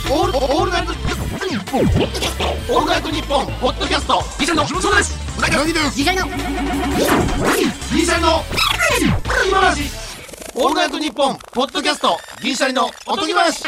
オールナイトニッポンオールナイトニッポンポッドキャストギシャリの木本壮です。うなぎです。ギシャリの今話オールナイトニッポンポッドキャストギシャリのおとぎ話。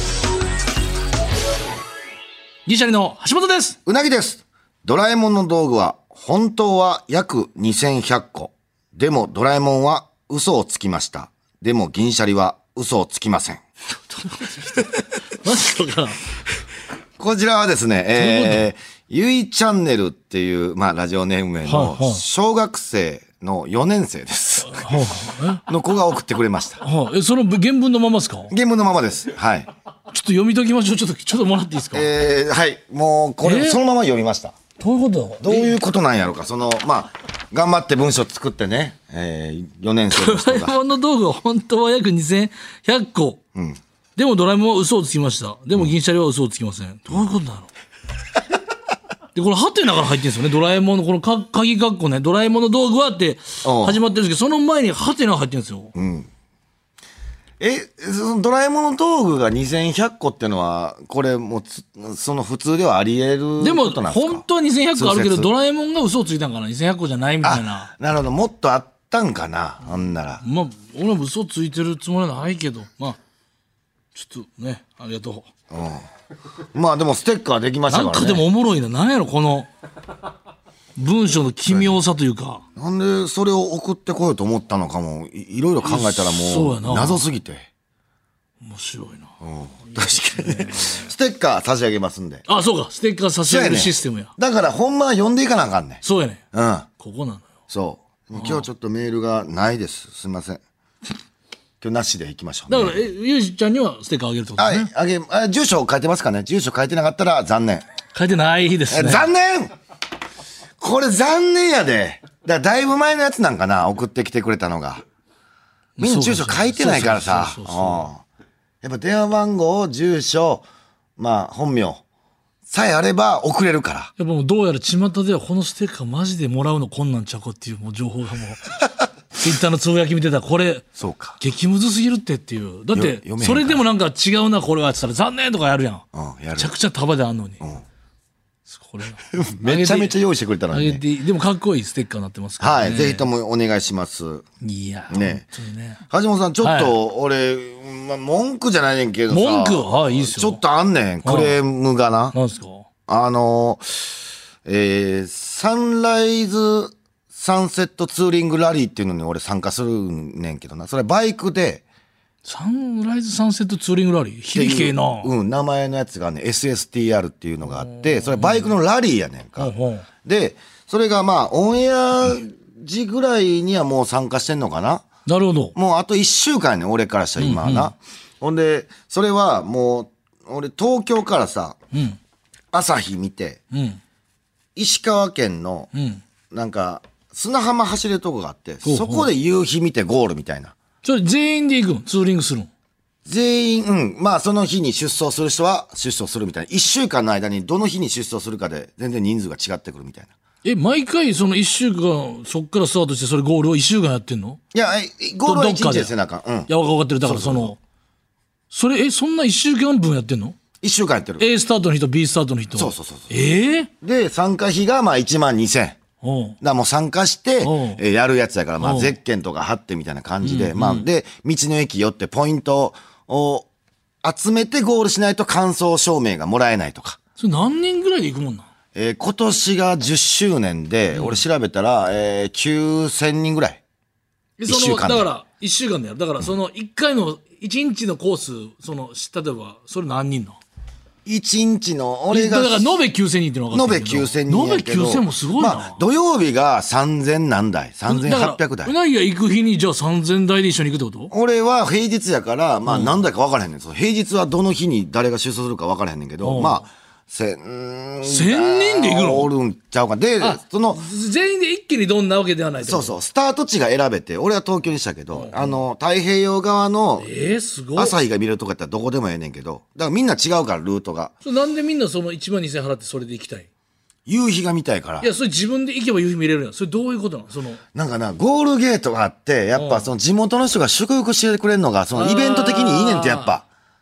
ギシャリの橋本です。 うなぎです。ドラえもんの道具は本当は約2100個。でもドラえもんは嘘をつきました。でも銀シャリは嘘をつきません。 マジかな。 こちらはですね、ゆいチャンネルっていう、まあ、ラジオネーム名の小学生の4年生です。の子が送ってくれました。 その原文のままですか？ 原文のままです。はい。 ちょっと読み解きましょう。ちょっともらっていいですか？ はい。もう、これ、そのまま読みました。 どういうことどういうことなんやろうか。まあ、頑張って文章作ってね、4年生の人が。 ドラえもんの道具は本当は約2100個。うん。でもドラえもんは嘘をつきました。でも銀シャリは嘘をつきません。どういうことなの？で、これハテナから入ってるんですよね。ドラえもんのこの鍵括弧ね、ドラえもんの道具はって始まってるんですけど、その前にハテナが入ってるんですよ。 うん。そのドラえもんの道具が2100個ってのは、これもその普通ではあり得ることなんですか？でも本当は2100個あるけど、ドラえもんが嘘をついたんかな。2100個じゃないみたいな。 なるほど。もっとあったんかな。あんなら。 まあ、俺も嘘ついてるつもりはないけど、まあ、ちょっとね、ありがとう。 うん。まあでもステッカーできましたからね。 なんかでもおもろいな。なんやろ、この文章の奇妙さというか。 なんでそれを送ってこようと思ったのかも、いろいろ考えたらもう謎すぎて。 面白いな。 確かに。ステッカー差し上げますんで。 あ、そうか。ステッカー差し上げるシステムや。 だからほんまは読んでいかなあかんねん。 そうやね。 うん。 ここなのよ。 そう。今日ちょっとメールがないです。すみません。今日なしでいきましょう、 ね。だから、ゆうちゃんにはステッカーあげるってことですね。 はい、住所書いてますかね？住所書いてなかったら残念。 書いてないですね。 残念！これ残念やで。だいぶ前のやつなんかな、送ってきてくれたのが。みんな住所書いてないからさ。やっぱ電話番号、住所、まあ本名さえあれば送れるから。 やっぱもうどうやら巷ではこのステッカーマジでもらうの困難ちゃこっていうもう情報がもう。ツイッターのつぶやき見てたらこれそうか激ムズすぎるってっていうだってそれでもなんか違うなこれはって言ったら残念とかやるやん、めちゃくちゃ束であんのに、これめちゃめちゃ用意してくれたのに、ね、 でもかっこいいステッカーになってますから、ね、 はいぜひともお願いします。 いやね橋本さんちょっと俺、まあ、文句じゃないねんけどさ文句はいいですよちょっとあんねんクレームがな。 なんですか？ サンライズサンセットツーリングラリーっていうのに俺参加するねんけどな。それバイクでサンライズサンセットツーリングラリー響けな。 名前のやつがね SSTR っていうのがあってそれバイクのラリーやねんか。でそれがまあオンエア時ぐらいにはもう参加してんのかな。 なるほど。 もうあと1週間やねん俺からしたら今はな、ほんでそれはもう俺東京からさ、朝日見て、石川県のなんか砂浜走れるとこがあって、そこで夕日見てゴールみたいな。 それ全員で行くん？ツーリングするん？ 全員、まあその日に出走する人は出走するみたいな。1週間の間にどの日に出走するかで全然人数が違ってくるみたいな。 毎回その1週間、そっからスタートしてそれゴールを1週間やってんの？ いや、ゴールは1日でせなあかん。 いや、分かってる。だからそれ、そんな1週間分やってんの ？1週間やってる。 A スタートの人、B スタートの人。 そう。で、参加費がまあ12000。だからもう参加して、やるやつやから、まあゼッケンとか貼ってみたいな感じで、まあで、道の駅寄ってポイントを集めてゴールしないと完走証明がもらえないとか。 それ何人ぐらいで行くもんなん？ 今年が10周年で、俺調べたら、9000人ぐらい。1週間で。 だから、1週間でやる。だから、その1回の、1日のコース、例えば、それ何人なの ？1日の、俺が。 だから、延べ9000人ってのが分かってるけど。 延べ9000人やけど。 延べ9000もすごいな。 まあ、土曜日が3000何台 ?3800 台。 うなぎが行く日に、じゃあ3000台で一緒に行くってこと？ 俺は平日やから、まあ何台か分からへんねん。平日はどの日に誰が出走するか分からへんねんけど、まあ、1000 人で行くの？ おるんちゃうか。で、 全員で一気にどんなわけではない。 そう、スタート地が選べて、俺は東京にしたけど、太平洋側の、 すごい。 朝日が見れるとこやったらどこでもええねんけど、だからみんな違うから、ルートが。 なんでみんなその12000払ってそれで行きたい？ 夕日が見たいから。 いや、それ自分で行けば夕日見れるやん。それどういうことなの？ なんかな、ゴールゲートがあって、やっぱその地元の人が祝福してくれるのが、そのイベント的にいいねんって、やっぱ。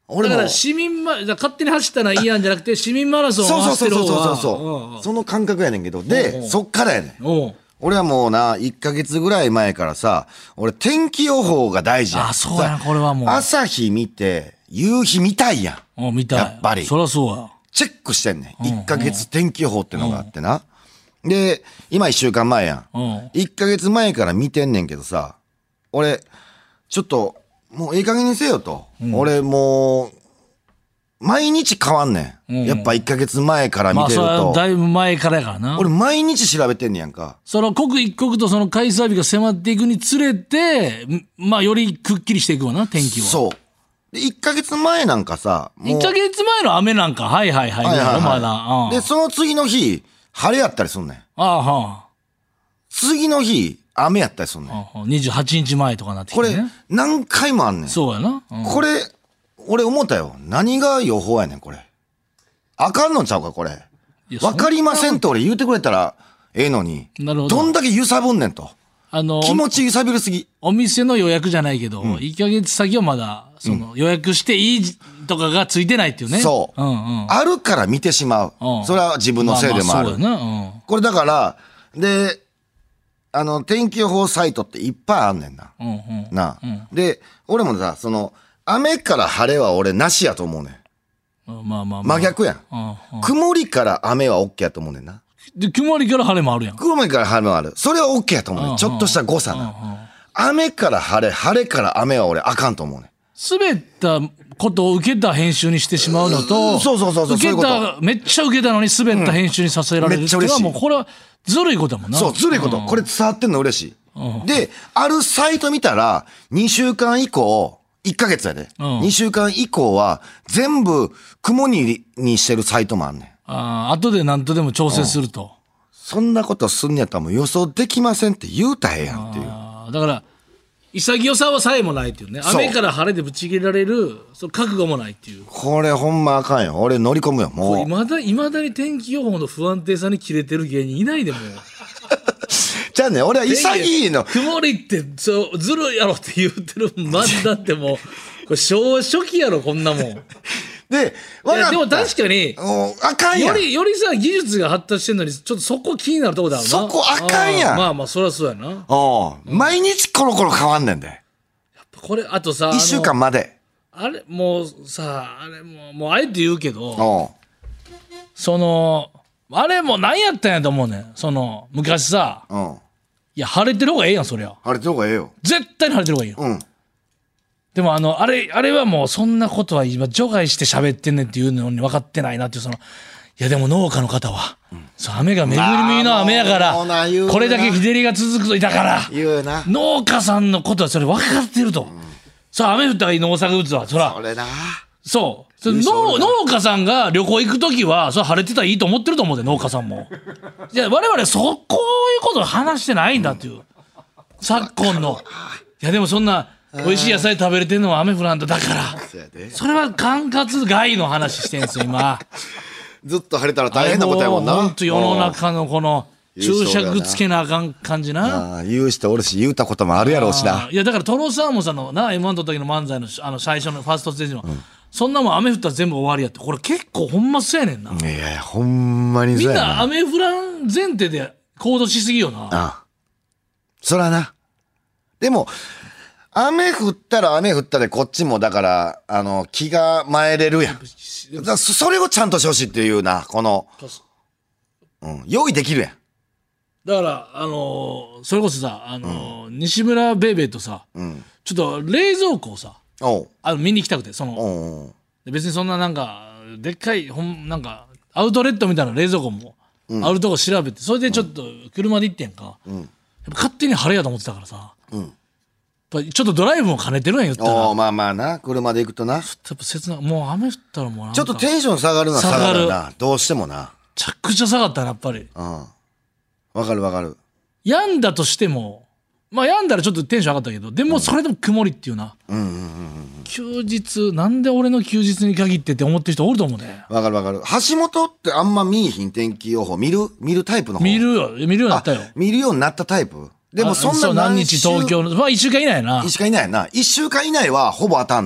俺もだから勝手に走ったらいいやんじゃなくて市民マラソンをそう走ってる方がそうその感覚やねんけど、でそっからやねん。 おう俺はもうな1ヶ月ぐらい前からさ、俺天気予報が大事やん。 あそうやなこれはもう朝日見て夕日見たいやん。 見たいやっぱりそりゃそうやチェックしてんねん。1ヶ月天気予報ってのがあってな。で今1週間前やん。1ヶ月前から見てんねんけどさ、俺ちょっともうええ加減にせよと、俺もう毎日変わんねん、やっぱ1ヶ月前から見てると、 まあそれはだいぶ前からやからな。 俺毎日調べてんねやんか。 その刻一刻とその開催日が迫っていくにつれてまあよりくっきりしていくわな天気は。 そうで1ヶ月前なんかさもう 1ヶ月前の雨なんかはいはいはい、まだ、 でその次の日晴れやったりすんねん。次の日雨やったりすんねん。 28日前とかなってきこれてね。 何回もあんねん。 そうやな、 これ俺思ったよ。何が予報やねんこれ。あかんのちゃうかこれ。 いやわかりませんって俺言うてくれたらええのに、 なるほどどんだけ揺さぶんねんと。気持ち揺さびるすぎ。 お店の予約じゃないけど、1ヶ月先はまだその予約していいとかがついてないっていうね。 そう、あるから見てしまう、それは自分のせいでもある、 そうやな、 これだからで天気予報サイトっていっぱいあんねんな、で俺もさその雨から晴れは俺なしやと思うねん。真逆やん、曇りから雨は OK やと思うねんな。 で曇りから晴れもあるやん。 曇りから晴れもある、それは OK やと思うねん、ちょっとした誤差な、雨から晴れ晴れから雨は俺あかんと思うねん。 滑ったことを受けた編集にしてしまうのと、受けためっちゃ受けたのに滑った編集にさせられるっていうのはもうこれはずるいことだもんな。 そうずるいこと、これ伝わってんの嬉しい、であるサイト見たら2週間以降1ヶ月やで、2週間以降は全部雲にしてるサイトもあんねん。 後で何とでも調整すると、 そんなことすんねやったらもう予想できませんって言うたらええやんっていう。 だから潔さはさえもないっていうね。雨から晴れでぶち切られるその覚悟もないっていう。 これほんまあかんよ。俺乗り込むよもう。 いまだに天気予報の不安定さに切れてる芸人いないでもうじゃあね俺は潔いの。 曇りってそうずるいやろって言ってるまだってもうこれ昭和初期やろこんなもんででも確かにあかんやん。 よりさ技術が発達してんのにちょっとそこ気になるとこだろうな。 そこあかんやん。 まあそりゃそうやな。 毎日コロコロ変わんねんで。 これあとさ 1週間まであれもうさあれもうあえて言うけどそのあれも何やったんやと思うねん。その昔さいや晴れてる方がええやんそりゃ。 晴れてる方がええよ。 絶対に晴れてる方がいいよ。でもあれはもうそんなことは今除外して喋ってんねんっていうのに分かってないなっていうそのいやでも農家の方は、そう雨が恵みの雨やからこれだけ日照りが続くとだから農家さんのことはそれ分かってると、さあ雨降ったらいい農作物はそらそう農家さんが旅行行く時はそれ晴れてたらいいと思ってると思うで農家さんも。いや我々こういうことを話してないんだっていう、昨今のいやでもそんな美味しい野菜食べれてんのは雨降らんとだからそれは管轄外の話してんすよ今。 ずっと晴れたら大変なことやもんな。 ほんと世の中のこの注釈つけなあかん感じな。 言う人おるし言うたこともあるやろうしな。 いやだからトロサーモンさんのな M1 の時の漫才の最初のファーストステージの、そんなもん雨降ったら全部終わりやって、これ結構ほんまそうやねんな。 いやほんまにそうやな。 みんな雨降らん前提で行動しすぎよな。 そらな。でも雨降ったら雨降ったでこっちもだから気が参れるやん。だそれをちゃんとしてほしいっていうなこの、用意できるやん。 だからそれこそさ西村ベイベーとさ、ちょっと冷蔵庫をさ見に行きたくて別にそんななんかでっかいなんかアウトレットみたいな冷蔵庫もあるとこ調べて、それでちょっと車で行ってんか、やっぱ勝手に晴れやと思ってたからさ、ちょっとドライブも兼ねてるんや言ったら。 まあな車で行くとなやっぱ切な。もう雨降ったらもうなんかちょっとテンション下がるな。下がるなどうしてもな。 めちゃくちゃ下がったなやっぱり。 わかる。 病んだとしても病んだらちょっとテンション上がったけど、でもそれでも曇りっていうな。休日なんで俺の休日に限ってって思ってる人おると思うね。 わかる。橋本ってあんま見いひん天気予報見るタイプの方。 見るようになったよ。 見るようになったタイプ。でもそんな何日東京の1週間以内やな。 1週間以内やな。1週間以内はほぼ当たんねん。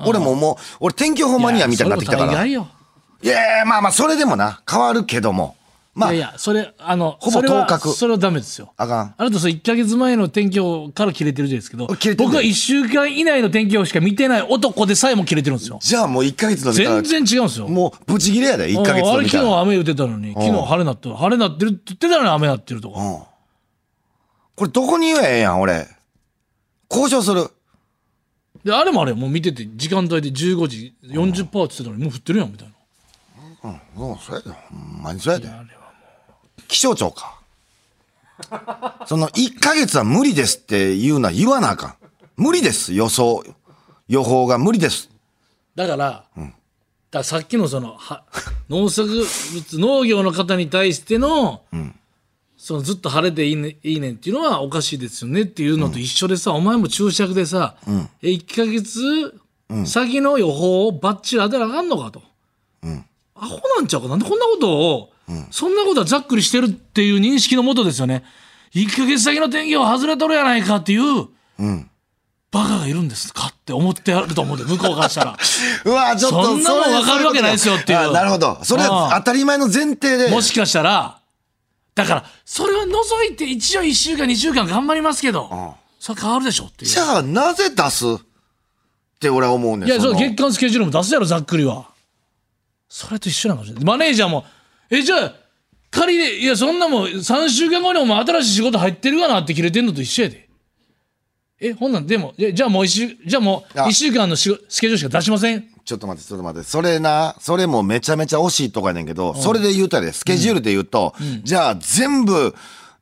俺もう、俺天気予報マニアみたいになってきたから。 いや、それも大概よ。 いやまあそれでもな、変わるけども。まあ、 いや、それ、 ほぼ当確それはダメですよ。 あかん。 あなたそれ1ヶ月前の天気予報から切れてるじゃないですけど、 切れてる僕は1週間以内の天気予報しか見てない男でさえも切れてるんですよ。 じゃあもう1ヶ月の見たら全然違うんですよ。 もうブチ切れやで、1ヶ月あれの見たら。 昨日雨降ってたのに、昨日晴れなってる。晴れなってるって言ってたのに雨なってるとか。 これどこに言えばええやん、俺。交渉する。 で、あれもあれもう見てて、時間帯で15時40%って言ってたのに、もう降ってるやん、みたいな。 もうそれで、ほんまにそれで。気象庁か。その1ヶ月は無理ですって言うのは言わなあかん。無理です、予報が無理です。 だから、さっきの農作物、農業の方に対しての、そのずっと晴れていいねっていうのはおかしいですよねっていうのと一緒でさ、お前も注釈でさ、1ヶ月先の予報をバッチリ当てなあかんのかと。アホなんちゃうか。なんでこんなことを、そんなことはざっくりしてるっていう認識のもとですよね。1ヶ月先の天気予報外れとるやないかっていう、バカがいるんですかって思ってやると思うで、向こうからしたら。 うわちょっとそんなもん分かるわけないですよっていう。 なるほど。それは当たり前の前提で。 もしかしたら、だから、それを除いて一応1週間、2週間頑張りますけど、それ変わるでしょっていう。 じゃあなぜ出すって俺は思うねん。 いや、その月間スケジュールも出すやろ、ざっくりは。それと一緒なのかもしれない。マネージャーも、じゃあ、仮で、いや、そんなもん、3週間後にお前新しい仕事入ってるかなって切れてんのと一緒やで。ほんなん、でも、じゃあもう1週間のスケジュールしか出しません。 ちょっと待って。それもめちゃめちゃ惜しいとこやねんけど、それで言うたらスケジュールで言うと、じゃあ全部、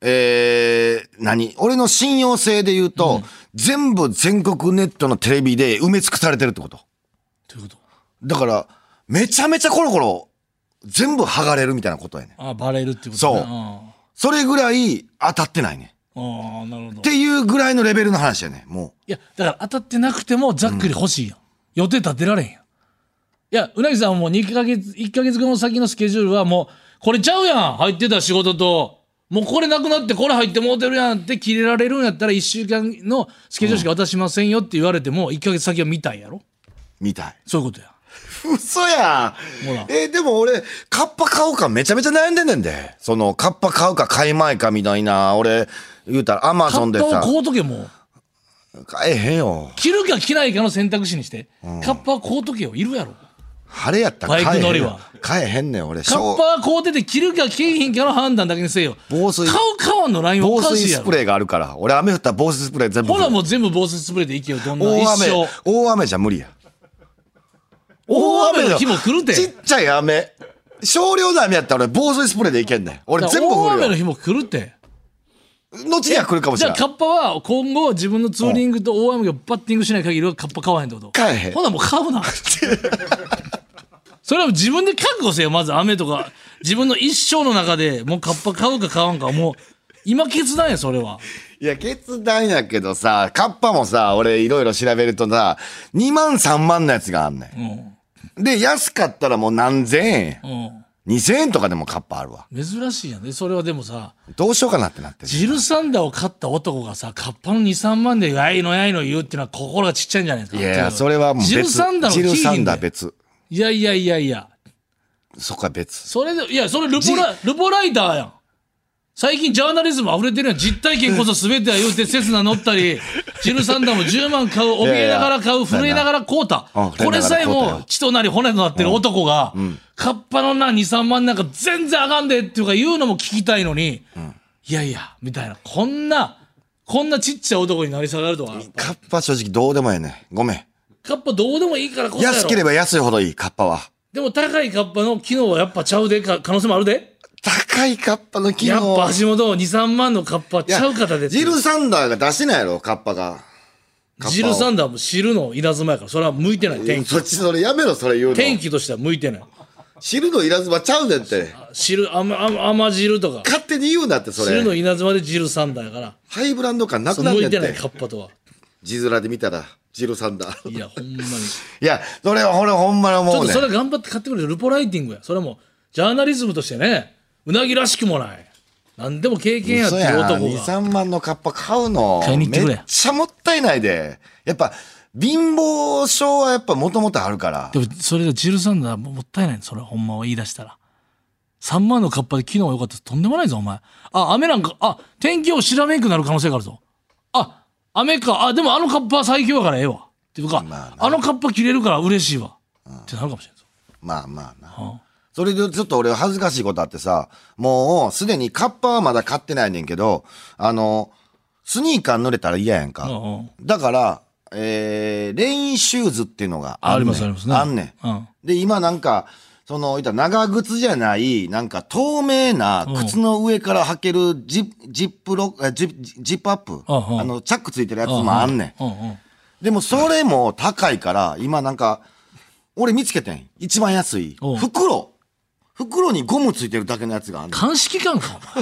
俺の信用性で言うと、全部全国ネットのテレビで埋め尽くされてるってこと。 どういうことだから、めちゃめちゃコロコロ、全部剥がれるみたいなことやねん。 バレるってことね。 そう。それぐらい当たってないねん。 なるほど。 っていうぐらいのレベルの話やねん、もう。 いや、だから当たってなくてもざっくり欲しいやん。予定立てられんやん。いや、うなぎさんはもう1ヶ月後の先のスケジュールはもう、これちゃうやん入ってた仕事と、もうこれなくなってこれ入ってもうてるやんって切れられるんやったら1週間のスケジュールしか渡しませんよって言われても、1ヶ月先は見たいやろ見たい。 そういうことや。 嘘やほらでも俺、カッパ買うかめちゃめちゃ悩んでんねんで。その、カッパ買うか買いまいかみたいな、俺、言うたらアマゾンでさ。 カッパを買うとけも買えへんよ。 着るか着ないかの選択肢にして、カッパは買うとけよ。いるやろ。 晴れやったら買えへん。 バイク乗りは買えへんねん俺。 カッパは買うてて着るか着へんかの判断だけにせよ。 防水。 買う買わんのラインお防かしいやろ。 水スプレーがあるから。俺雨降ったら防水スプレー全部。 ほらもう全部防水スプレーでいけよ。どんな大雨じゃ無理や。 大雨の日も来るて。 ちっちゃい雨。少量の雨やったら俺防水スプレーでいけんねん。俺全部降るよ。 大雨の日も来るて。 後には来るかもしれない。 じゃあカッパは今後自分のツーリングと大雨がバッティングしない限りはカッパ買わへんってこと。 買えへん。 ほなもう買うな。それは自分で覚悟せよ。まず雨とか自分の一生の中でもうカッパ買うか買わんかもう今決断やそれは。 いや決断やけどさ、カッパもさ、俺いろいろ調べるとさ、2万3万のやつがあんねん。で安かったらもう何千円。2000円とかでもカッパあるわ。 珍しいやんね。それはでもさ、 どうしようかなってなってる。 ジルサンダーを買った男がさ、カッパの2、3万でやいの言うっていうのは心がちっちゃいんじゃないですか。 いやそれはもう別。 ジルサンダーのジルサンダー別。 いや。 そこは別。 それで、いや、それルポライターやん。最近ジャーナリズム溢れてるやん。実体験こそ全ては言うて、セスナ乗ったり、ジルサンダーも10万買う、怯えながら買う、震えながら買うた。これさえも血となり骨となってる男が、カッパの2、3万なんか全然あかんでっていうか言うのも聞きたいのに、いや、みたいな。こんなちっちゃい男になり下がるとは。 カッパ正直どうでもええねん。ごめん。 カッパどうでもいいからこそやろ。 安ければ安いほどいい、カッパは。 でも高いカッパの機能はやっぱちゃうで、可能性もあるで。 高いカッパの機能。 やっぱ橋本2、3万のカッパちゃう方で。 ジルサンダーが出してないやろ、カッパが。 ジルサンダーも汁の稲妻やから、それは向いてない。天気。 それやめろ、それ言うの。 天気としては向いてない。 汁の稲妻ちゃうねんって。 甘汁とか。 勝手に言うなって、それ。 汁の稲妻でジルサンダーやから。 ハイブランド感なくなるねんって。 向いてないカッパとは。 字面で見たら、ジルサンダー。 いや、ほんまに。 いや、それはほんまに思うねん。 ちょっとそれ頑張って買ってくれる。ルポライティングや。それも、ジャーナリズムとしてね、うなぎらしくもない。何でも経験やっていう男が。 2、3万のカッパ買うの。 買いに行ってくれ。 めっちゃもったいないで。やっぱ、 貧乏症はやっぱもともとあるから。 でもそれでジルサンダーもったいないのそれほんまは言い出したら3万のカッパで昨日は良かったとんでもないぞお前。雨なんか天気を知らめんくなる可能性があるぞ。雨かでもあのカッパは最強やからええわっていうか、あのカッパ切れるから嬉しいわ、ってなるかもしれんぞ。 まあな、それでちょっと俺恥ずかしいことあってさ、もうすでにカッパはまだ買ってないねんけど、スニーカー濡れたら嫌やんか。だから、レインシューズっていうのがあんねん。 ありますね。 あんねん。で、今なんか、長靴じゃない、なんか透明な靴の上から履けるジップアップ、チャックついてるやつもあんねん。でもそれも高いから、今なんか、俺見つけてん。一番安い。袋にゴムついてるだけのやつがあんねん。 鑑識かんか、お前。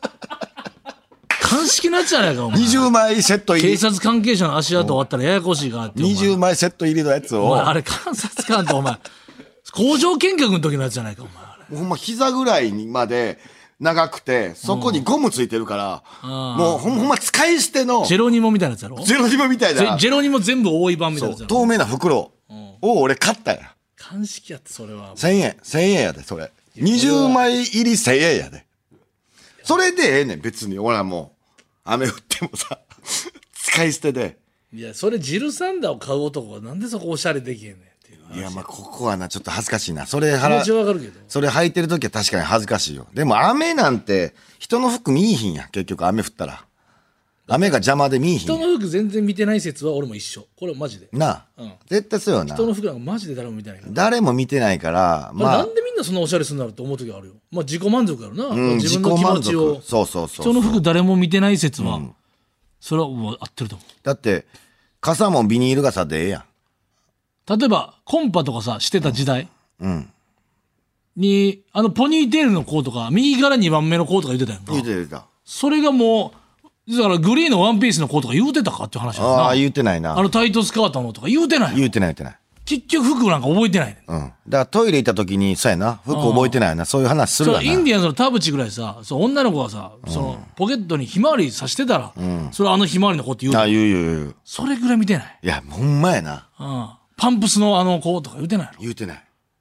鑑識のやつじゃないか、お前。 20枚セット入り。 警察関係者の足跡終わったらややこしいかって。 20枚セット入りのやつを。 お前、あれ監察官とお前、工場見学の時のやつじゃないか、お前。 ほんま膝ぐらいにまで長くて、そこにゴムついてるから、もうほんま使い捨ての。 ジェロニモみたいなやつやろ。 ジェロニモみたいな。 ジェロニモ全部多い版みたいなやつやろ。 透明な袋を俺買ったんや。 鑑識やって、それは。 1000円やで、それ。20枚入り1000円やで。それでええねん、別に。俺はもう、雨降ってもさ、使い捨てで。 いや、それジルサンダーを買う男はなんでそこおしゃれできへんねんっていう。 いや、まあ、ここはな、ちょっと恥ずかしいな。それ気持ちはわかるけど。 それ履いてる時は確かに恥ずかしいよ。でも雨なんて、人の服見いひんや、結局雨降ったら。雨が邪魔で見いひん。 人の服全然見てない説は俺も一緒。これマジで。 なあ、絶対そうよな。 人の服なんかマジで誰も見てないから。 誰も見てないから、 なんでみんなそんなおしゃれするんだろうって思う時あるよ。まあ自己満足やろな。自分の気持ちを。 そう。 人の服誰も見てない説は、それはもう合ってると思う。 だって、傘もビニール傘でええやん。例えば、コンパとかさ、してた時代に、ポニーテールの子とか、右から2番目の子とか言ってたやんか。 言ってた。 それがもう、だからグリーンのワンピースの子とか言うてたかっていう話だな。 ああ、言うてないな。 タイトスカートのとか言うてない。 言うてない。 結局服なんか覚えてないね。 だからトイレ行った時に、そうやな。服覚えてないよな。そういう話するわな。 インディアンスの田淵ぐらいさ、女の子がさ、ポケットにひまわりさしてたら、それひまわりの子って言う。 言う。 それぐらい見てない。 いや、ほんまやな。 パンプスの子とか言うてないの。 言うてない。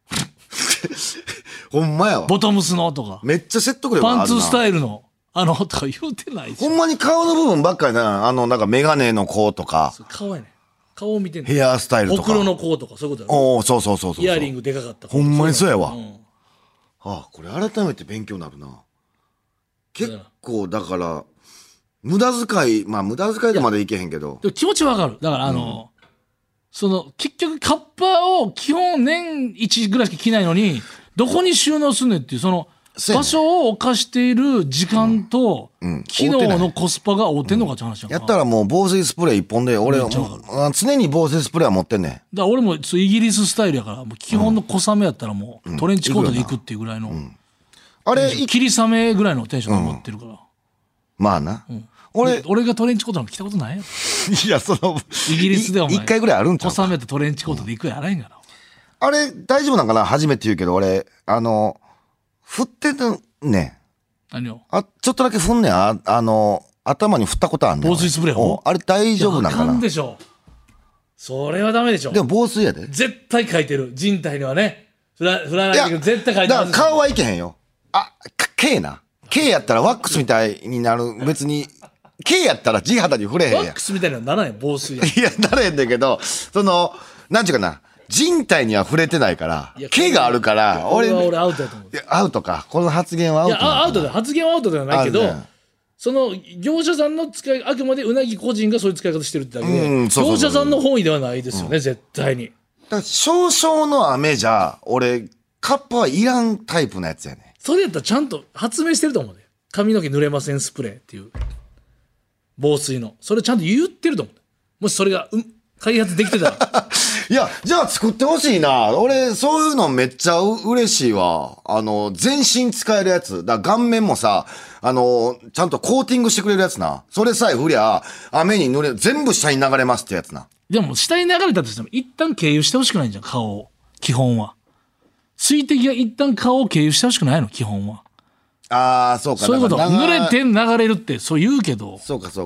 ほんまやわ。 ボトムスのとか。 めっちゃ説得力あるな。 パンツスタイルの。とか言うてないほんまに顔の部分ばっかりな。なんかメガネの子とか。 顔やねん。顔を見てんねん。 ヘアスタイルとか。 ほくろの子とかそういうことやろ。 そう。 イヤリングでかかった子。 ほんまにそうやわ。これ改めて勉強になるな。結構だから、無駄遣いとまでいけへんけど。 でも気持ちわかる。だから結局カッパを基本年1ぐらいしか着ないのに、どこに収納すんねんっていう、場所を犯している時間と、機能のコスパが合うてんのかって話やったらもう防水スプレー一本で、俺、常に防水スプレーは持ってんねん。だから俺もイギリススタイルやから、もう基本の小雨やったらもうトレンチコートで行くっていうぐらいの、 あれ、 霧雨ぐらいのテンションで持ってるから。 まあな。 俺がトレンチコートなんか着たことないよ。 いや、 イギリスでお前。 一回ぐらいあるんちゃうか。 小雨とトレンチコートで行くやらへんがな。 あれ、大丈夫なんかな初めて言うけど、俺、振ってるね。 何をちょっとだけ振んねん。頭に振ったことあんねん。 防水スプレーをあれ大丈夫なんかな。 あかんでしょ。それはダメでしょ。 でも防水やで。 絶対書いてる。人体にはね。振らないけど絶対書いてる。 だから顔はいけへんよ。K な。K やったらワックスみたいになる。別に、K やったら地肌に触れへんやん。 ワックスみたいにはならない。防水や。 いや、なれへんだけど、なんちゅうかな。人体には触れてないから、毛があるから、 俺アウトだと思う。 アウトか。この発言はアウト。 いや、アウトだ。発言はアウトではないけど、業者さんの使い、あくまでうなぎ個人がそういう使い方してるってだけで、業者さんの本意ではないですよね、絶対に。 だから少々の雨じゃ、俺、カッパはいらんタイプのやつやね。 それやったらちゃんと発明してると思うね。髪の毛濡れませんスプレーっていう。防水の。それちゃんと言ってると思う。もしそれが、開発できてたら。 いや、じゃあ作ってほしいな。俺、そういうのめっちゃ嬉しいわ。全身使えるやつ。だから顔面もさ、ちゃんとコーティングしてくれるやつな。それさえ振りゃ、雨に濡れ、全部下に流れますってやつな。 でも、下に流れたとしても、一旦経由してほしくないんじゃん、顔を。基本は。水滴が一旦顔を経由してほしくないの、基本は。 ああ、そうか。 そういうこと。濡れて流れるって、そう言うけど。 そうか。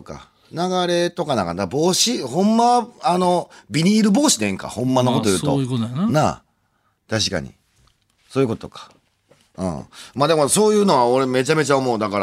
流れとかなんかな、帽子、ほんま、ビニール帽子でええんか、ほんまのこと言うと。 そういうことやな。 なあ。確かに。そういうことか。うん。まあでもそういうのは俺めちゃめちゃ思う。だから、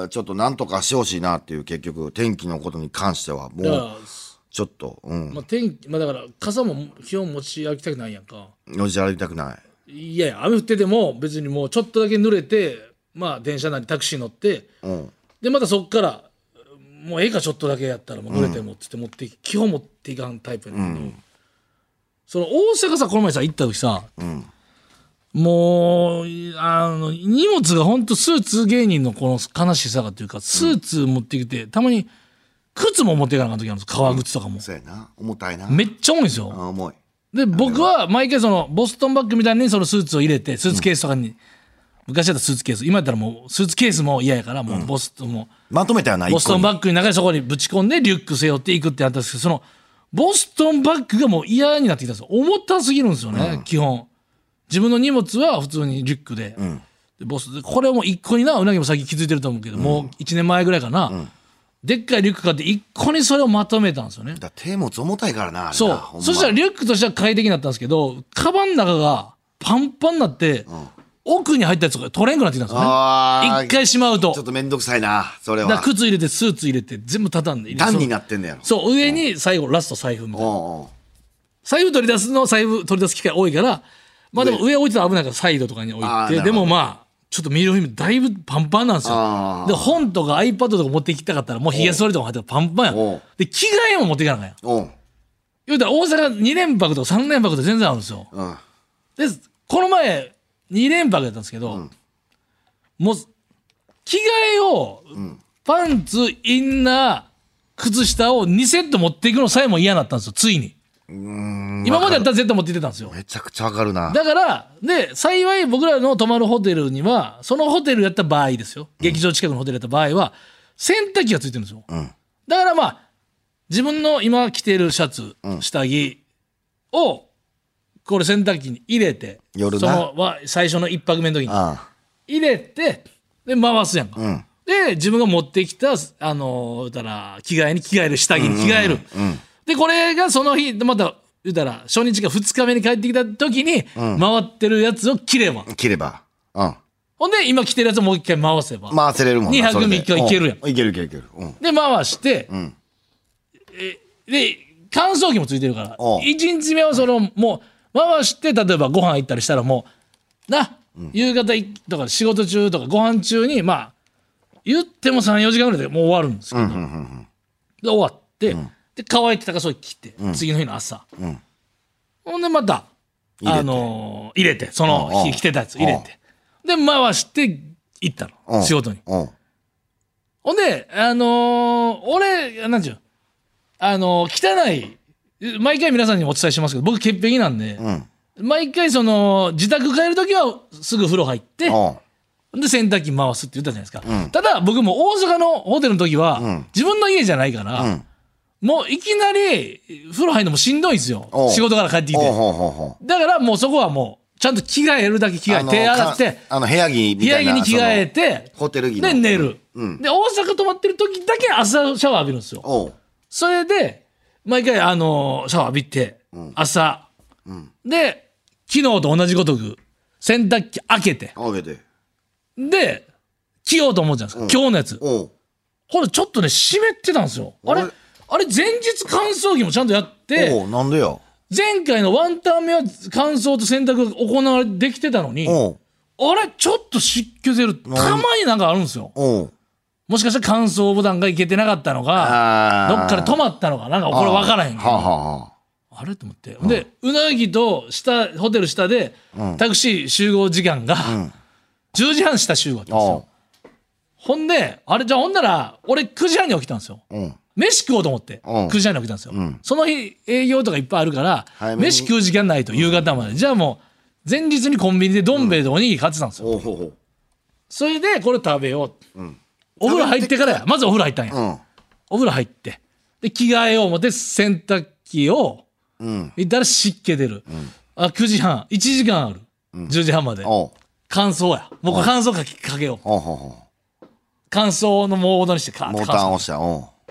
ちょっとなんとかしてほしいなっていう、結局、天気のことに関しては、もう、ちょっと、うん。 まあだから傘も基本持ち歩きたくないやんか。 持ち歩きたくない。 いやいや、雨降ってても別にもうちょっとだけ濡れて、まあ電車なりタクシー乗って、でまたそっからもうええかちょっとだけやったらもう濡れてもっつって持って基本持っていかんタイプやねんけど、その大阪さこの前さ行った時さ、もう荷物がほんとスーツ芸人のこの悲しさがっていうか、スーツ持ってきてたまに靴も持っていかなかった時あるんです。革靴とかも、 そうやな、重たいな。 めっちゃ重いんですよ。 重い。 で僕は毎回そのボストンバッグみたいにそのスーツを入れて、スーツケースとかに、昔だったらスーツケース、今やったらもうスーツケースも嫌やから、もうボストンもまとめたよな、 ボストンバッグの中でそこにぶち込んでリュック背負っていくってやったんですけど、そのボストンバッグがもう嫌になってきたんですよ。重たすぎるんですよね、基本。自分の荷物は普通にリュックで、でこれも一個にな、うなぎも先気づいてると思うけど、もう1年前ぐらいかな、でっかいリュック買って一個にそれをまとめたんですよね。 だ手持ち重たいからな、あれな。 そう。そしたらリュックとしては快適になったんですけど、カバンの中がパンパンになって、奥に入ったやつが取れんくなってきたんですよね。一回しまうと。 ちょっとめんどくさいな、それは。 だから靴入れて、スーツ入れて、全部畳んで。 段になってんねやろ。 そう、上に最後、ラスト財布みたいな。財布取り出す機会多いから、まあでも上置いてたら危ないからサイドとかに置いて、でもまあ、ちょっと見る意味だいぶパンパンなんですよ。で、本とか iPad とか持ってきたかったら、もう髭剃りとか入ってパンパンやん。で、着替えも持っていかなきゃやん。言うたら大阪2連泊とか3連泊で全然あるんですよ。で、この前、2連泊やったんですけど、もう、着替えを、パンツ、インナー、靴下を2セット持っていくのさえも嫌になったんですよ、ついに。今までやったら絶対持って行ってたんですよ。 めちゃくちゃわかるな。 だから、で、幸い僕らの泊まるホテルには、そのホテルやった場合ですよ。劇場近くのホテルやった場合は、洗濯機がついてるんですよ。だからまあ、自分の今着てるシャツ、下着を、これ洗濯機に入れて、 夜な。 最初の一泊目の時に入れて、で、回すやんか。で、自分が持ってきた、言うたら、着替えに着替える、下着に着替える。で、これがその日、また、言うたら、初日か2日目に帰ってきた時に、回ってるやつを着れば。ほんで、今着てるやつをもう一回回せば。 回せれるもんな。 2泊3日いけるやん。 いける。 で、回して、で、乾燥機もついてるから、1日目はもう、回して、例えばご飯行ったりしたらもう、夕方とか仕事中とかご飯中に、まあ、言っても3、4時間ぐらいでもう終わるんですけど、で、終わって、で、乾いてたからそれ切って、次の日の朝。ほんでまた、入れて、その日着てたやつ入れて。で、回して行ったの、仕事に。ほんで、俺、なんちゅう、汚い、毎回皆さんにもお伝えしますけど、僕潔癖なんで、毎回自宅帰るときはすぐ風呂入って、で、洗濯機回すって言ったじゃないですか。ただ、僕も大阪のホテルの時は、自分の家じゃないから、もういきなり風呂入るのもしんどいんですよ。仕事から帰ってきて。だからもうそこはもう、ちゃんと着替えるだけ着替えて、手洗って、 部屋着みたいな。 部屋着に着替えて、 ホテル着で、寝る。で、大阪泊まってる時だけ朝シャワー浴びるんですよ。それで、毎回シャワー浴びて、朝。で、昨日と同じごとく、洗濯機開けて。で、着ようと思うじゃないですか。今日のやつ。ほら、ちょっとね、湿ってたんですよ。あれ前日乾燥機もちゃんとやって、 なんでや。 前回のワンタン目は乾燥と洗濯が行われてできてたのに、あれちょっと湿気出る。たまになんかあるんですよ。もしかしたら乾燥ボタンがいけてなかったのが、どっかで止まったのか、なんかこれ分からへんけど。あれと思って。で、うなぎとホテル下で、タクシー集合時間が、10時半下集合だったんですよ。ほんで、じゃあほんなら、俺9時半に起きたんですよ。飯食おうと思って、9時半に起きたんですよ。その日、営業とかいっぱいあるから、飯食う時間ないと、夕方まで。じゃあもう、前日にコンビニでどん兵衛でおにぎり買ってたんですよ。それで、これ食べよう。お風呂入ってからや。まずお風呂入ったんや。お風呂入って。で、着替えよう思って、洗濯機を、行ったら湿気出る。9時半、1時間ある。10時半まで。乾燥や。もう乾燥かけよう。乾燥のモードにしてボタン押した。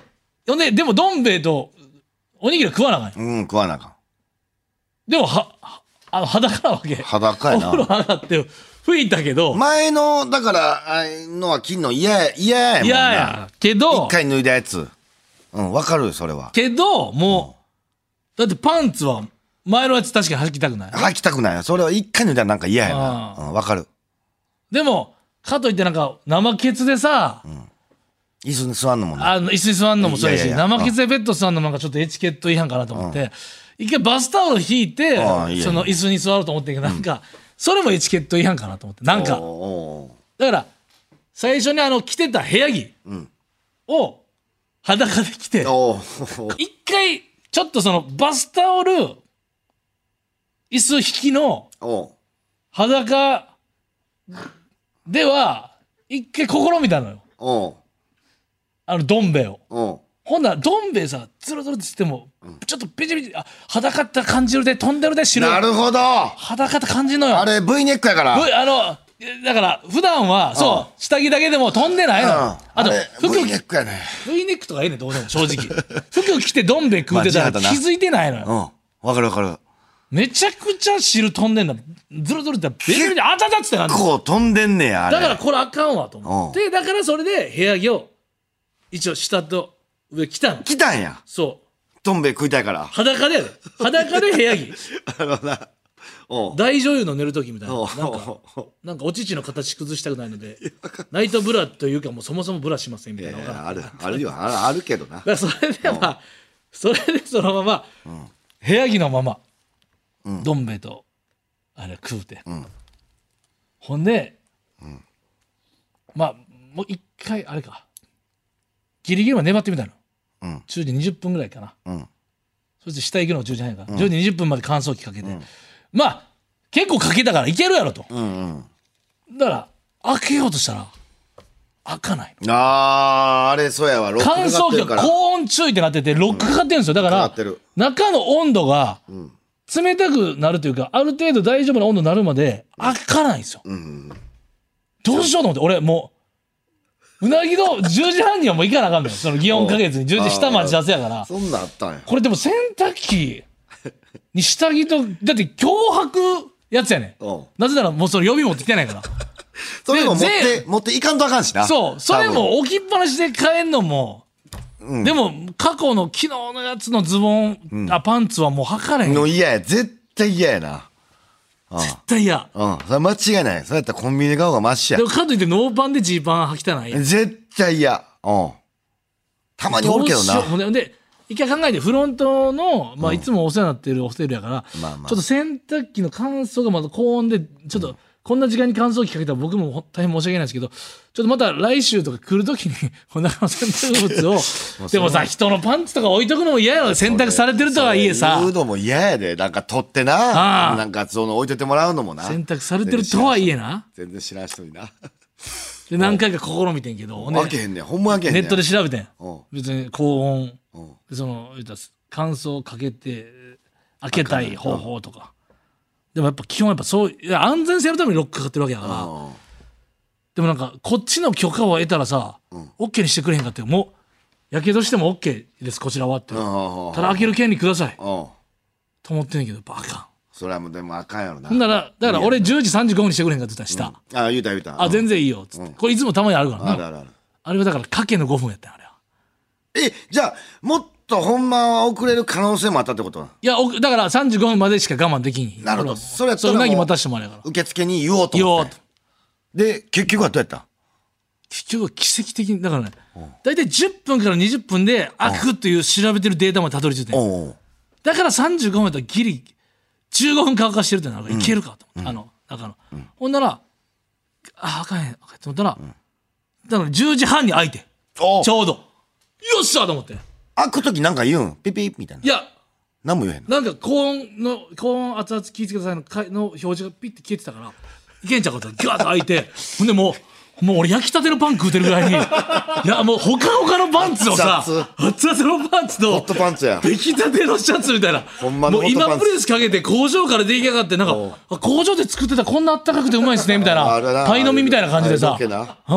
ほんで、でもどん兵衛とおにぎりは食わなあかんよ。 食わなあかん。 でも裸なわけ。 裸やな。 お風呂上がって拭いたけど。 前の、だから、ああいうのは着んの嫌やもんな。 嫌や。けど。 一回脱いだやつ。わかるよ、それは。 けど、もう、だってパンツは、前のやつ確かに履きたくない。 履きたくないよ。それは一回脱いだらなんか嫌やな。わかる。 でも、かといってなんか、生ケツでさ、 椅子に座んのもな。 椅子に座んのもそうやし、 いやいやいや生ケツでベッド座んのもなんかちょっとエチケット違反かなと思って、一回バスタオル引いて、その椅子に座ると思ってんけど、なんか、それもエチケット違反かなと思って。なんか、だから、最初に着てた部屋着を裸で着て、一回、ちょっとそのバスタオル、椅子引きの裸では、一回試みたのよ。どん兵衛を。ほんなら、どん兵衛さ、つるつるってしても、ちょっとビチビチ、裸って感じるで、飛んでるで、白い。 なるほど。 裸って感じるのよ。 あれ、V ネックやから。 だから、普段は、そう、下着だけでも飛んでないの。あと、 V ネックやね。 V ネックとかいいね、どうでも、正直。服着てどん兵衛食うてたら気づいてないのよ。 わかるわかる。 めちゃくちゃ汁飛んでんだ。ずるずるって、ベリベリ、あたたっつってなんだ。 結構飛んでんねや、あれ。 だからこれあかんわと思って、だからそれで部屋着を、一応下と上着たの。 着たんや。 そう。 どん兵衛食いたいから。 裸で部屋着。 な。 大女優の寝る時みたいな。なんかお乳の形崩したくないので、ナイトブラというかもうそもそもブラしませんみたいな。 あるよ、あるけどな。 だからそれでまあ、そのまま、部屋着のまま、どん兵衛と、あれ食うて。ほんで、まあ、もう一回、あれか、ギリギリまで粘ってみたの。10時20分ぐらいかな。そして下行くのが10時半やから、10時20分まで乾燥機かけて。まあ、結構かけたからいけるやろと。だから、開けようとしたら、開かない。 あれ、そうやわ。ロックかかってるから。 乾燥機が高温注意ってなってて、ロックかかってるんですよ。だから、中の温度が、冷たくなるというか、ある程度大丈夫な温度になるまで開かないんですよ。どうしようと思って、俺もう、うなぎの10時半にはもう行かなあかんのよ。その祇園か月に10時下待ち合わせやから。 そんなんあったんや。 これでも洗濯機に下着と、だって脅迫やつやねん。なぜならもうその予備持ってきてないから。 それも持っていかんとあかんしな。 そう、それも置きっぱなしで買えんのも、でも過去の昨日のやつのズボン、パンツはもう履かれへん。 の嫌や、絶対嫌やな。 絶対嫌。 それ間違いない。そうやったらコンビニで買う方がマシや。 でもかといってノーパンでジーパン履きたない。 絶対嫌。たまにおるけどな。 ほんで、一回考えて、フロントの、まあ、いつもお世話になってるホテルやから、ちょっと洗濯機の乾燥がまだ高温で、ちょっと、こんな時間に乾燥機かけたら僕も大変申し訳ないですけど、ちょっとまた来週とか来るときに、この中の洗濯物を、でもさ、人のパンツとか置いとくのも嫌やろ、洗濯されてるとはいえさ。 言うのも嫌やで、なんか取ってな。なんかその置いといてもらうのもな。 洗濯されてるとはいえな。 全然知らん人にな。 で、何回か試みてんけど、 開けへんねん、ほんま開けへんねん。 ネットで調べてん。別に高温、その、乾燥かけて、開けたい方法とか。でもやっぱ基本やっぱそう安全性のためにロックかかってるわけやから、でもなんかこっちの許可を得たらさ、OK にしてくれへんかって、もうやけどしても OK ですこちらはって、ただ開ける権利くださいと思ってんねんけど、やっぱあかん。 それはもうでもあかんやろな。 ほんならだから俺10時35分にしてくれへんかって言ったらした、 言うた全然いいよっつって、これいつもたまにあるからな。あれはだからかけの5分やったんあれは。 じゃあもっとほんまは遅れる可能性もあったってことな。 いやだから35分までしか我慢できん。 なるほど。それやったらうなぎ待たしてもらえから受付に言おうと思って。で結局はどうやった？ 結局奇跡的にだからね、大体10分から20分で開くっていう調べてるデータまでたどり着いてん。だから35分やったらギリ15分乾かしてるってなるからいけるかと思って、だからほんなら開かへんと思ったら、だから10時半に開いてちょうどよっしゃと思って。 開く時なんか言うんピピみたいな。 いや何も言えへんの。 なんか高温熱々気ぃつけてくださいの表示がピッて消えてたからいけんちゃうかとガーッと開いて、ほんでもう俺焼きたてのパン食うてるぐらいにいやもうほかほかのパンツをさ熱々のパンツとホットパンツや出来たてのシャツみたいな、もう今プレスかけて工場から出来上がってなんか工場で作ってたこんなあったかくてうまいですねみたいなパイ飲みみたいな感じでさ、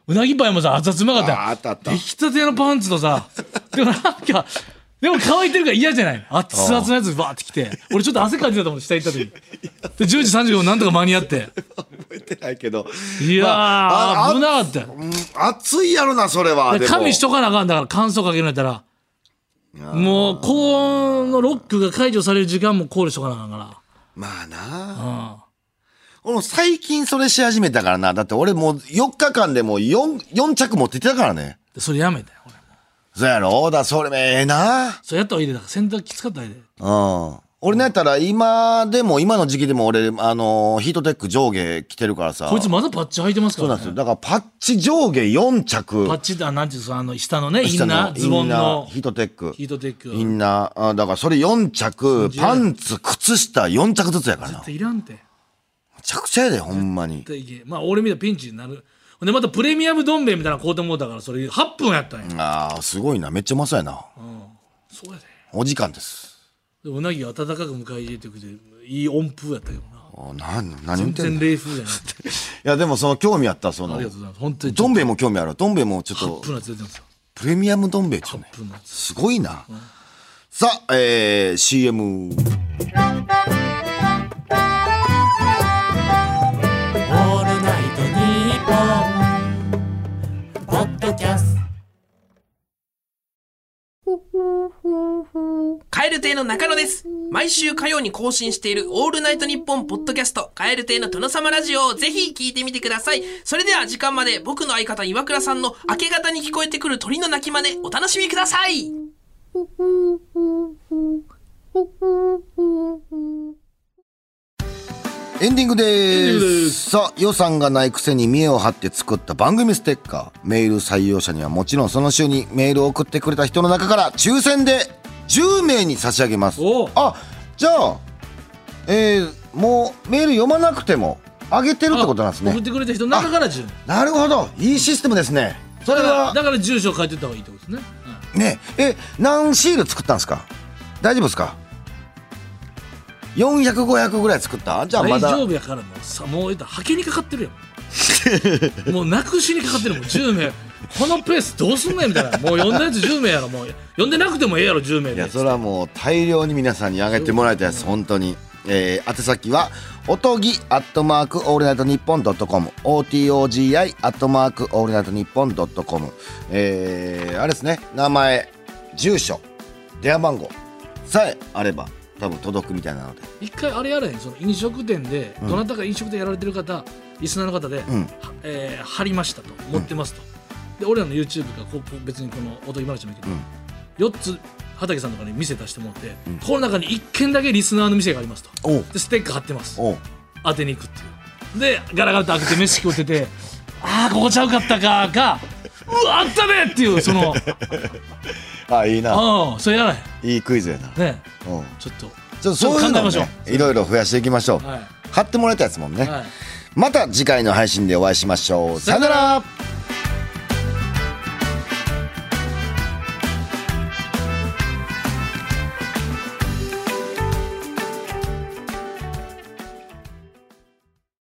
うなぎパイもさ熱々うまかったよ。 あったあった。 出来たてのパンツとさでもなんかでも乾いてるから嫌じゃない。熱々のやつバーってきて俺ちょっと汗かいてたと思って下行った時で10時35分なんとか間に合って覚えてないけどいやー危なかったよ。 暑いやろなそれは。でも加味しとかなあかんだから乾燥かけるんやったらもう高温のロックが解除される時間も考慮しとかなあかんからまあな俺も最近それし始めたからな。だって俺もう4日間でもう 4着持ってきたからね。 それやめたよ俺も。 そうやろだそれなそれやった方がいいでだから洗濯きつかったらいいで。 俺のやったら今の時期でも俺ヒートテック上下着てるからさ。 こいつまだパッチ履いてますからね。 そうなんですよ。だからパッチ上下4着パッチってなんていうの下のねインナーズボンのヒートテックインインナーだからそれ4着パンツ靴下4着ずつやからな。 絶対いらんて。 めちゃくちゃやでほんまに。 まあ俺みたいなピンチになる。でまたプレミアムどん兵衛みたいな買うてもうたからそれ8分やったんや。 すごいな。めっちゃうまそうやな。 そうやで。 お時間です。 うなぎが温かく迎え入れてくれていい音符やったけどな。 何言ってんの。 全然冷風じゃなくて。 いやでもその興味あったありがとうございます本当に。 どん兵衛も興味ある。どん兵衛もちょっと 8分のやつ出てますよ。 プレミアムどん兵衛ちょっとね 8分のやつすごいな。さあCM。 蛙亭の中野です。毎週火曜に更新しているオールナイトニッポンポッドキャスト蛙亭の殿様ラジオをぜひ聞いてみてください。それでは時間まで僕の相方岩倉さんの明け方に聞こえてくる鳥の鳴き真似お楽しみください。 エンディングです。さあ予算がないくせに見栄を張って作った番組ステッカーメール採用者にはもちろんその週にメールを送ってくれた人の中から抽選で10名に差し上げます。じゃあもうメール読まなくてもあげてるってことなんですね。 送ってくれた人の中から10。 なるほどいいシステムですね。それはだから住所を書いてった方がいいってことですね。 ね何シール作ったんですか。大丈夫ですか。400、500ぐらい作った。じゃあまだ大丈夫やからもう言ったらはけにかかってるよもうなくしにかかってるもん10名このペースどうすんねんみたいな。もう呼んだやつ10名やろ。もう呼んでなくてもええやろ10名で。 いやそれはもう大量に皆さんにあげてもらいたいです本当に。宛先はおとぎ@オールナイトニッポン.com OTOGI @オールナイトニッポン.com あれですね。名前住所電話番号さえあれば多分届くみたいなので一回あれやらへん。その飲食店でどなたか飲食店やられてる方リスナーの方で貼りましたと持ってますと。で俺らの YouTube が別にこのおとぎ話もいいけど4つ畑さんとかに店出してもらってこの中に1軒だけリスナーの店がありますと。でステッカー貼ってます。当てに行くっていうでガラガラと開けて飯食っててここちゃうかったかがうわあったねっていうそのいいな。 それやらへん。 いいクイズやなね。ちょっとそういうのを考えましょう。 いろいろ増やしていきましょう。貼ってもらいたいですもんね。また次回の配信でお会いしましょう。さよなら。